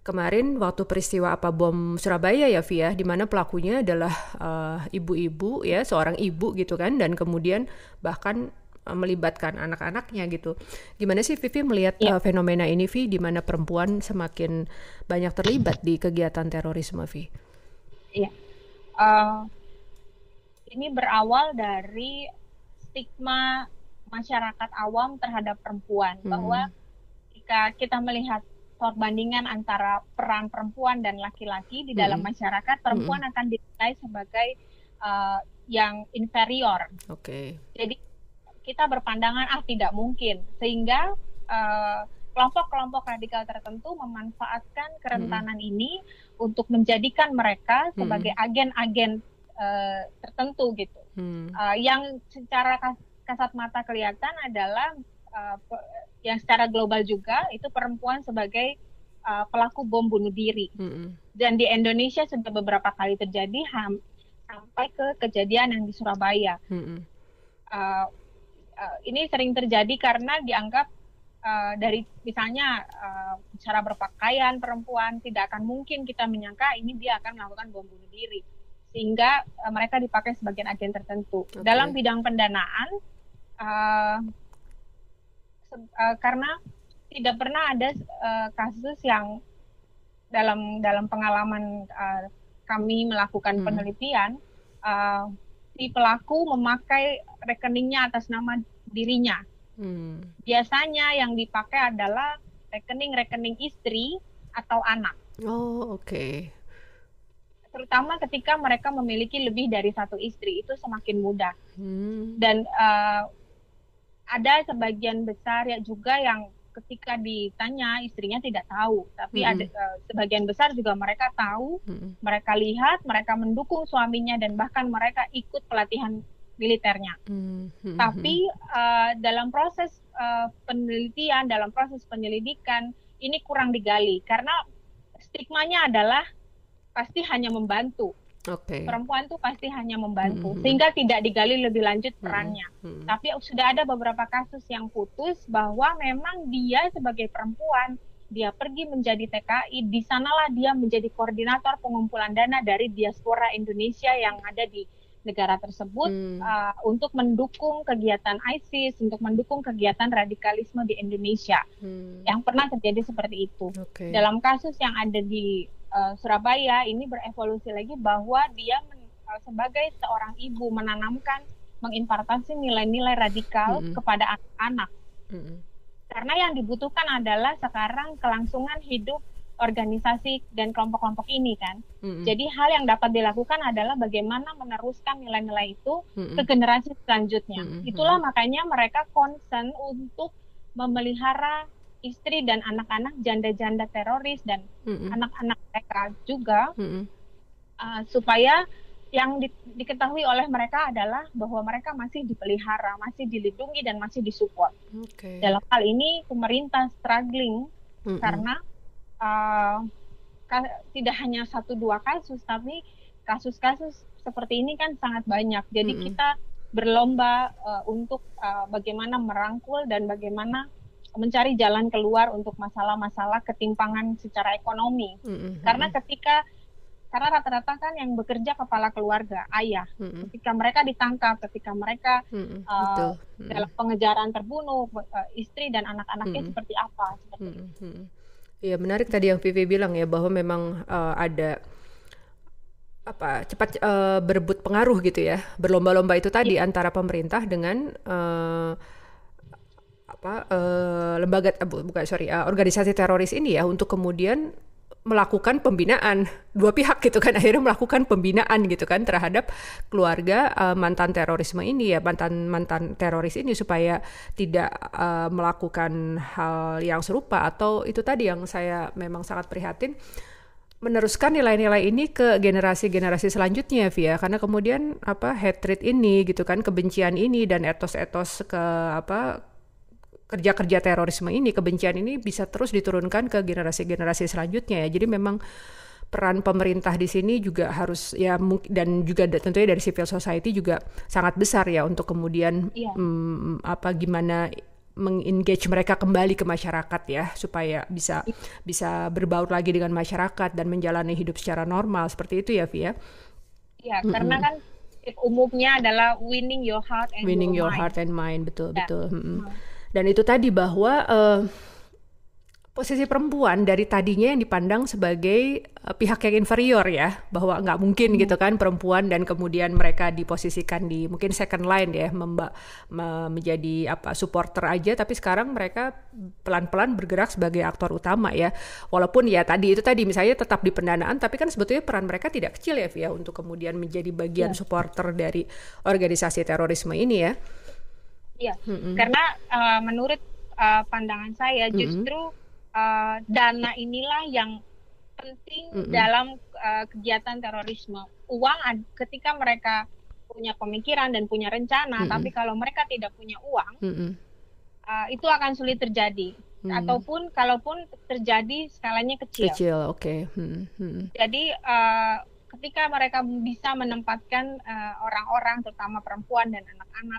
kemarin waktu peristiwa apa bom Surabaya ya Via, di mana pelakunya adalah uh, ibu-ibu ya, seorang ibu gitu kan, dan kemudian bahkan uh, melibatkan anak-anaknya gitu. Gimana sih Vivi melihat yeah. uh, fenomena ini Vi, di mana perempuan semakin banyak terlibat di kegiatan terorisme Vi? Iya, yeah. uh, ini berawal dari stigma masyarakat awam terhadap perempuan, hmm. bahwa jika kita melihat perbandingan antara peran perempuan dan laki-laki di dalam hmm. masyarakat, perempuan hmm. akan dinilai sebagai uh, yang inferior. Oke. Okay. Jadi kita berpandangan ah tidak mungkin, sehingga uh, kelompok-kelompok radikal tertentu memanfaatkan kerentanan hmm. ini untuk menjadikan mereka sebagai hmm. agen-agen uh, tertentu gitu. Hmm. Uh, yang secara kas- kasat mata kelihatan adalah uh, yang secara global juga itu perempuan sebagai uh, pelaku bom bunuh diri. Hmm. Dan di Indonesia sudah beberapa kali terjadi ham, sampai ke kejadian yang di Surabaya. Hmm. Uh, uh, ini sering terjadi karena dianggap uh, dari misalnya uh, cara berpakaian perempuan, tidak akan mungkin kita menyangka ini dia akan melakukan bom bunuh diri. Sehingga uh, mereka dipakai sebagai agen tertentu. Okay. Dalam bidang pendanaan, uh, se- uh, karena tidak pernah ada uh, kasus yang dalam dalam pengalaman uh, kami melakukan hmm. penelitian, uh, si pelaku memakai rekeningnya atas nama dirinya. Hmm. Biasanya yang dipakai adalah rekening-rekening istri atau anak. Oh, oke. Okay. Terutama ketika mereka memiliki lebih dari satu istri, itu semakin mudah. Hmm. Dan uh, ada sebagian besar ya juga yang ketika ditanya istrinya tidak tahu, tapi hmm. ada uh, sebagian besar juga mereka tahu, hmm. mereka lihat, mereka mendukung suaminya dan bahkan mereka ikut pelatihan militernya. Hmm. Hmm. Tapi uh, dalam proses uh, penelitian, dalam proses penyelidikan ini kurang digali karena stigmanya adalah pasti hanya membantu. Okay. Perempuan tuh pasti hanya membantu, mm-hmm. sehingga tidak digali lebih lanjut perannya. Mm-hmm. Tapi sudah ada beberapa kasus yang putus bahwa memang dia sebagai perempuan, dia pergi menjadi T K I, di sanalah dia menjadi koordinator pengumpulan dana dari diaspora Indonesia yang ada di negara tersebut mm. uh, untuk mendukung kegiatan ISIS, untuk mendukung kegiatan radikalisme di Indonesia. Mm. Yang pernah terjadi seperti itu. Okay. Dalam kasus yang ada di Uh, Surabaya ini berevolusi lagi bahwa dia men, uh, sebagai seorang ibu menanamkan, mengimpartasi nilai-nilai radikal mm-hmm. kepada anak-anak. Mm-hmm. Karena yang dibutuhkan adalah sekarang kelangsungan hidup organisasi dan kelompok-kelompok ini kan. Mm-hmm. Jadi hal yang dapat dilakukan adalah bagaimana meneruskan nilai-nilai itu mm-hmm. ke generasi selanjutnya. Mm-hmm. Itulah makanya mereka concern untuk memelihara istri dan anak-anak janda-janda teroris dan mm-hmm. anak-anak mereka juga mm-hmm. uh, supaya yang di, diketahui oleh mereka adalah bahwa mereka masih dipelihara, masih dilindungi dan masih disupport. Okay. Dalam hal ini pemerintah struggling mm-hmm. karena uh, ka- tidak hanya satu dua kasus, tapi kasus-kasus seperti ini kan sangat banyak. Jadi mm-hmm. kita berlomba uh, untuk uh, bagaimana merangkul dan bagaimana mencari jalan keluar untuk masalah-masalah ketimpangan secara ekonomi. Mm-hmm. Karena ketika, karena rata-rata kan yang bekerja kepala keluarga, ayah. Mm-hmm. Ketika mereka ditangkap, ketika mereka mm-hmm. uh, mm-hmm. dalam pengejaran terbunuh, uh, istri dan anak-anaknya mm-hmm. seperti apa? Seperti mm-hmm. Iya, menarik tadi yang Vivi bilang ya, bahwa memang uh, ada apa cepat uh, berebut pengaruh gitu ya, berlomba-lomba itu tadi yeah. antara pemerintah dengan uh, apa uh, lembaga uh, bukan sorry uh, organisasi teroris ini ya, untuk kemudian melakukan pembinaan dua pihak gitu kan, akhirnya melakukan pembinaan gitu kan terhadap keluarga uh, mantan terorisme ini ya, mantan mantan teroris ini supaya tidak uh, melakukan hal yang serupa, atau itu tadi yang saya memang sangat prihatin, meneruskan nilai-nilai ini ke generasi-generasi selanjutnya Via, karena kemudian apa hatred ini gitu kan, kebencian ini dan etos-etos ke apa kerja-kerja terorisme ini, kebencian ini bisa terus diturunkan ke generasi-generasi selanjutnya ya. Jadi memang peran pemerintah di sini juga harus ya, dan juga tentunya dari civil society juga sangat besar ya, untuk kemudian yeah. hmm, apa gimana mengengage mereka kembali ke masyarakat ya, supaya bisa bisa berbaur lagi dengan masyarakat dan menjalani hidup secara normal seperti itu ya, Vi ya. Ya, mm-hmm. karena kan umumnya adalah winning your heart and winning your, your mind. heart and mind, betul ya. betul. Mm-hmm. Dan itu tadi bahwa uh, posisi perempuan dari tadinya yang dipandang sebagai uh, pihak yang inferior ya, bahwa nggak mungkin hmm. gitu kan perempuan, dan kemudian mereka diposisikan di mungkin second line ya, memba- me- menjadi apa supporter aja, tapi sekarang mereka pelan-pelan bergerak sebagai aktor utama ya, walaupun ya tadi itu tadi misalnya tetap di pendanaan, tapi kan sebetulnya peran mereka tidak kecil ya Via untuk kemudian menjadi bagian yeah. supporter dari organisasi terorisme ini ya. Iya, hmm. karena uh, menurut uh, pandangan saya justru hmm. Uh, dana inilah yang penting mm-hmm. dalam uh, kegiatan terorisme. Uang ad- ketika mereka punya pemikiran dan punya rencana, mm-hmm. tapi kalau mereka tidak punya uang, mm-hmm. uh, itu akan sulit terjadi. Mm-hmm. Ataupun kalaupun terjadi skalanya kecil. Kecil, oke. Okay. Mm-hmm. Jadi uh, ketika mereka bisa menempatkan uh, orang-orang, terutama perempuan dan anak-anak,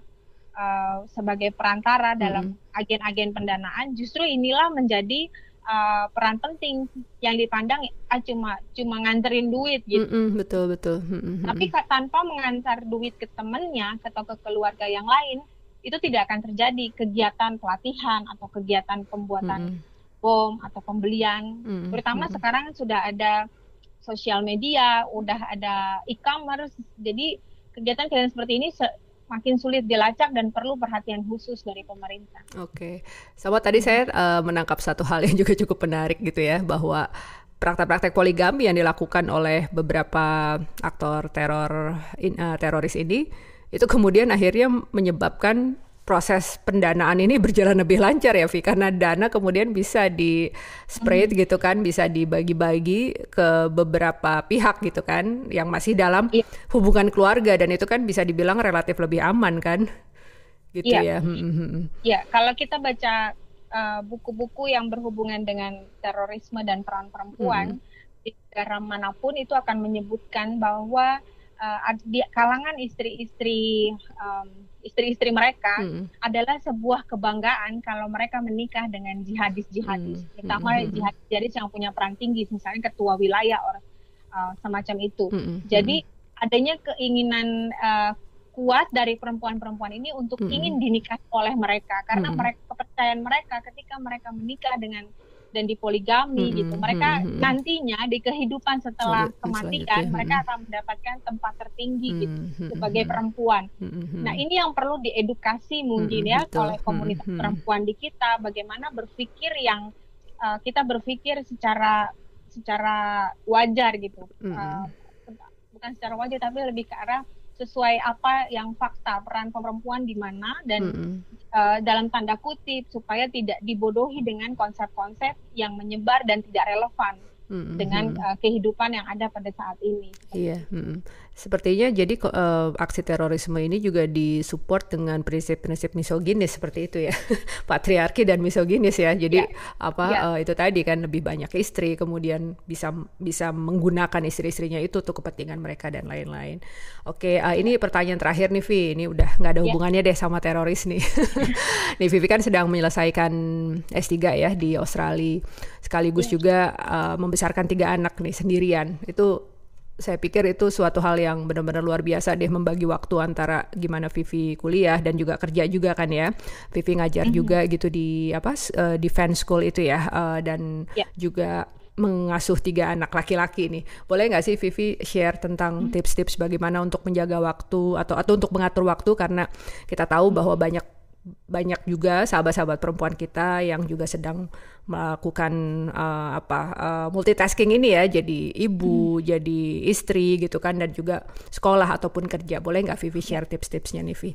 Uh, sebagai perantara dalam mm-hmm. agen-agen pendanaan, justru inilah menjadi uh, peran penting yang dipandang ah, cuma cuma nganterin duit gitu. Mm-hmm, betul betul. Mm-hmm. Tapi tanpa mengantar duit ke temannya atau ke keluarga yang lain, itu tidak akan terjadi kegiatan pelatihan atau kegiatan pembuatan mm-hmm. bom atau pembelian. Mm-hmm. Terutama mm-hmm. sekarang sudah ada sosial media, udah ada e-commerce, jadi kegiatan-kegiatan seperti ini se- makin sulit dilacak dan perlu perhatian khusus dari pemerintah. Oke, okay. Sama tadi saya uh, menangkap satu hal yang juga cukup menarik gitu ya, bahwa praktek-praktek poligami yang dilakukan oleh beberapa aktor teror in, uh, teroris ini, itu kemudian akhirnya menyebabkan proses pendanaan ini berjalan lebih lancar ya Vi, karena dana kemudian bisa di spread hmm. gitu kan, bisa dibagi-bagi ke beberapa pihak gitu kan, yang masih dalam yeah. hubungan keluarga, dan itu kan bisa dibilang relatif lebih aman kan, gitu yeah. ya. Iya, yeah. kalau kita baca uh, buku-buku yang berhubungan dengan terorisme dan peran perempuan hmm. di negara manapun, itu akan menyebutkan bahwa uh, di kalangan istri-istri um, istri-istri mereka hmm. adalah sebuah kebanggaan kalau mereka menikah dengan jihadis-jihadis, hmm. terutama hmm. jihadis yang punya peran tinggi, misalnya ketua wilayah or uh, semacam itu. Hmm. Jadi adanya keinginan uh, kuat dari perempuan-perempuan ini untuk hmm. ingin dinikahi oleh mereka, karena hmm. mereka kepercayaan mereka ketika mereka menikah dengan dan dipoligami hmm, gitu, mereka hmm, nantinya di kehidupan setelah Sel- kematian mereka hmm. akan mendapatkan tempat tertinggi hmm, gitu hmm, sebagai hmm, perempuan. Hmm, nah ini yang perlu diedukasi mungkin hmm, ya betul. oleh komunitas hmm, perempuan di kita, bagaimana berpikir yang uh, kita berpikir secara secara wajar gitu, hmm. uh, bukan secara wajar tapi lebih ke arah sesuai apa yang fakta peran perempuan di mana, dan mm-hmm. uh, dalam tanda kutip supaya tidak dibodohi dengan konsep-konsep yang menyebar dan tidak relevan mm-hmm. dengan uh, kehidupan yang ada pada saat ini. Iya, mm-hmm. Sepertinya jadi uh, aksi terorisme ini juga disupport dengan prinsip-prinsip misoginis seperti itu ya, patriarki dan misoginis ya. Jadi yeah. apa yeah. Uh, itu tadi kan lebih banyak istri, kemudian bisa bisa menggunakan istri-istrinya itu untuk kepentingan mereka dan lain-lain. Oke, uh, ini pertanyaan terakhir nih Vi, ini udah nggak ada hubungannya yeah. deh sama teroris nih. Nih Vivi kan sedang menyelesaikan S tiga ya di Australia, sekaligus yeah. juga uh, membesarkan tiga anak nih sendirian. Itu saya pikir itu suatu hal yang benar-benar luar biasa deh, membagi waktu antara gimana Vivi kuliah dan juga kerja juga kan ya. Vivi ngajar mm-hmm. juga gitu di apa uh, di Fan School itu ya, uh, dan yeah. juga mengasuh tiga anak laki-laki nih. Boleh nggak sih Vivi share tentang mm-hmm. tips-tips bagaimana untuk menjaga waktu atau atau untuk mengatur waktu, karena kita tahu bahwa banyak banyak juga sahabat-sahabat perempuan kita yang juga sedang melakukan uh, apa uh, multitasking ini ya, jadi ibu, hmm. jadi istri gitu kan, dan juga sekolah ataupun kerja. Boleh nggak Vivi share tips-tipsnya nih Vi?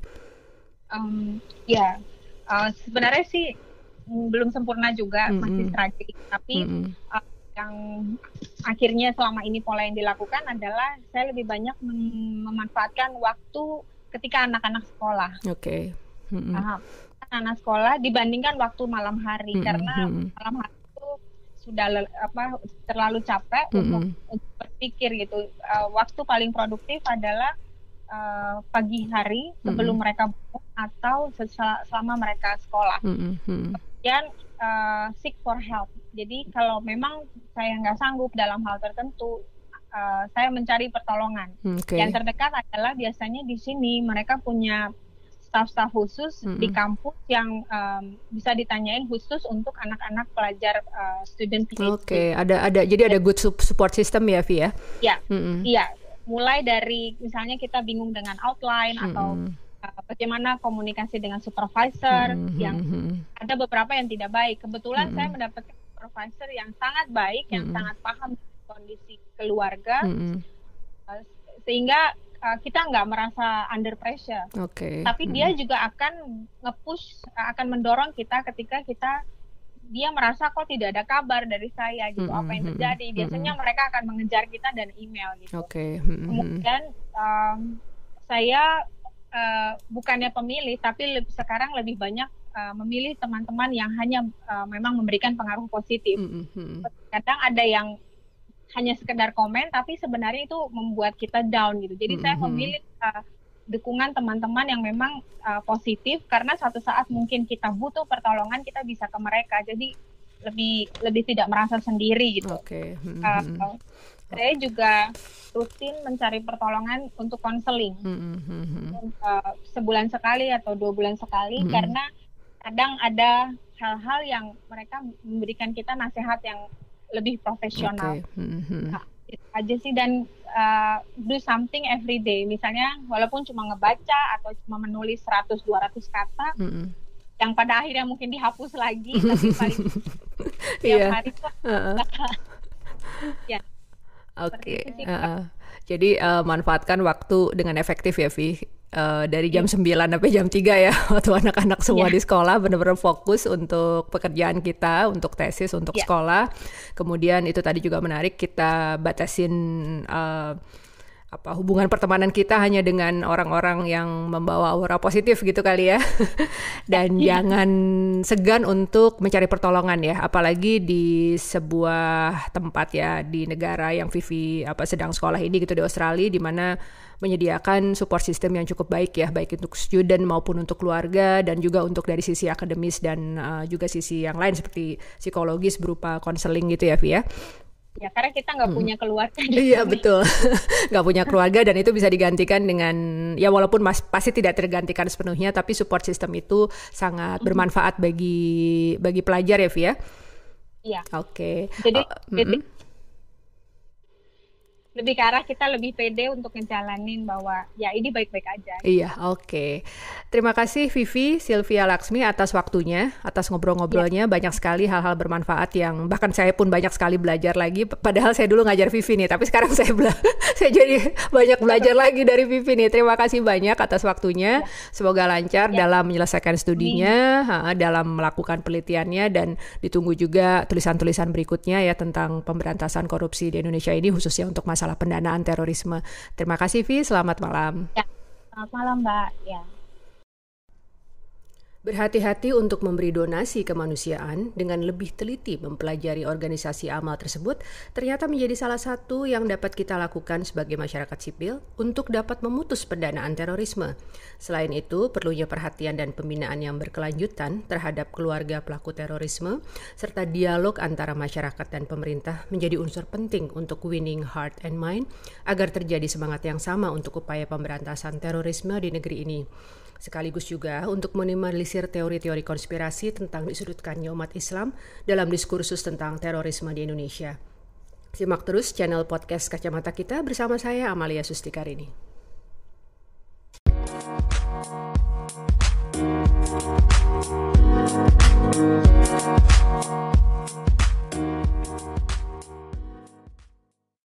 Um, ya uh, sebenarnya sih belum sempurna juga, mm-hmm. masih strategik, tapi mm-hmm. uh, yang akhirnya selama ini pola yang dilakukan adalah saya lebih banyak mem- memanfaatkan waktu ketika anak-anak sekolah. Oke. Okay. Mm-hmm. Uh, anak sekolah dibandingkan waktu malam hari, mm-hmm. karena malam hari itu sudah le- apa terlalu capek mm-hmm. untuk, untuk berpikir gitu. Uh, waktu paling produktif adalah uh, pagi hari sebelum mm-hmm. mereka bangun atau sel- selama mereka sekolah. Mm-hmm. Kemudian uh, seek for help. Jadi kalau memang saya nggak sanggup dalam hal tertentu, uh, saya mencari pertolongan. Okay. Yang terdekat adalah biasanya di sini mereka punya staf-staf khusus mm-hmm. di kampus yang um, bisa ditanyain khusus untuk anak-anak pelajar uh, student P H D. Oke, okay. ada ada jadi ada good support system ya, Vi ya? Iya, mm-hmm. iya. Mulai dari misalnya kita bingung dengan outline mm-hmm. atau uh, bagaimana komunikasi dengan supervisor, mm-hmm. yang ada beberapa yang tidak baik. Kebetulan mm-hmm. saya mendapatkan supervisor yang sangat baik, mm-hmm. yang sangat paham kondisi keluarga, mm-hmm. uh, sehingga Uh, kita nggak merasa under pressure, okay. tapi hmm. dia juga akan nge-push, uh, akan mendorong kita ketika kita dia merasa kok tidak ada kabar dari saya gitu, hmm. apa yang terjadi. Biasanya hmm. mereka akan mengejar kita dan email gitu. Okay. Hmm. Kemudian um, saya uh, bukannya pemilih, tapi le- sekarang lebih banyak uh, memilih teman-teman yang hanya uh, memang memberikan pengaruh positif. Hmm. Kadang ada yang hanya sekedar komen, tapi sebenarnya itu membuat kita down gitu. Jadi mm-hmm. saya memilih uh, dukungan teman-teman yang memang uh, positif, karena suatu saat mungkin kita butuh pertolongan, kita bisa ke mereka. Jadi lebih lebih tidak merasa sendiri gitu. Okay. Mm-hmm. Uh, saya juga rutin mencari pertolongan untuk konseling, mm-hmm. uh, sebulan sekali atau dua bulan sekali, mm-hmm. karena kadang ada hal-hal yang mereka memberikan kita nasihat yang lebih profesional. Okay. Mm-hmm. Nah, itu aja sih, dan uh, do something every day. Misalnya walaupun cuma ngebaca atau cuma menulis seratus dua ratus kata, mm-hmm. yang pada akhirnya mungkin dihapus lagi, tapi paling tiap yeah. hari kok. Uh-uh. Ya. Oke. Okay. Uh-uh. Jadi uh, manfaatkan waktu dengan efektif ya, Vi. Uh, dari jam sembilan sampai jam tiga ya, waktu anak-anak semua yeah. di sekolah benar-benar fokus untuk pekerjaan kita, untuk tesis, untuk yeah. sekolah. Kemudian itu tadi juga menarik, kita batasin uh, apa hubungan pertemanan kita hanya dengan orang-orang yang membawa aura positif gitu kali ya. Dan yeah. jangan segan untuk mencari pertolongan ya, apalagi di sebuah tempat ya, di negara yang Vivi apa sedang sekolah ini gitu, di Australia, di mana menyediakan support system yang cukup baik ya, baik untuk student maupun untuk keluarga, dan juga untuk dari sisi akademis dan uh, juga sisi yang lain seperti psikologis berupa konseling gitu ya, Vi ya. Ya, karena kita nggak hmm. punya keluarga. Iya betul, nggak punya keluarga, dan itu bisa digantikan dengan, ya walaupun mas, pasti tidak tergantikan sepenuhnya, tapi support system itu sangat mm-hmm. bermanfaat bagi bagi pelajar ya, Vi ya. Iya. Oke. Okay. Jadi, oh, jadi mm-hmm. lebih ke arah kita lebih pede untuk ngejalanin bahwa ya ini baik-baik aja. Iya, oke. Okay. Terima kasih Vivi Sylvia Laksmi atas waktunya, atas ngobrol-ngobrolnya. Ya. Banyak sekali hal-hal bermanfaat yang bahkan saya pun banyak sekali belajar lagi. Padahal saya dulu ngajar Vivi nih, tapi sekarang saya bela- saya jadi banyak belajar lagi dari Vivi nih. Terima kasih banyak atas waktunya. Ya. Semoga lancar ya. dalam menyelesaikan studinya, ha, dalam melakukan penelitiannya, dan ditunggu juga tulisan-tulisan berikutnya ya tentang pemberantasan korupsi di Indonesia ini, khususnya untuk masalah pendanaan terorisme. Terima kasih, Vi. Selamat malam. Ya, selamat malam, Mbak. Ya. Berhati-hati untuk memberi donasi kemanusiaan dengan lebih teliti mempelajari organisasi amal tersebut ternyata menjadi salah satu yang dapat kita lakukan sebagai masyarakat sipil untuk dapat memutus pendanaan terorisme. Selain itu, perlunya perhatian dan pembinaan yang berkelanjutan terhadap keluarga pelaku terorisme serta dialog antara masyarakat dan pemerintah menjadi unsur penting untuk winning heart and mind agar terjadi semangat yang sama untuk upaya pemberantasan terorisme di negeri ini. Sekaligus juga untuk meminimalisir teori-teori konspirasi tentang disudutkannya umat Islam dalam diskursus tentang terorisme di Indonesia. Simak terus channel podcast Kacamata Kita bersama saya Amalia Sustikarini. Thank you.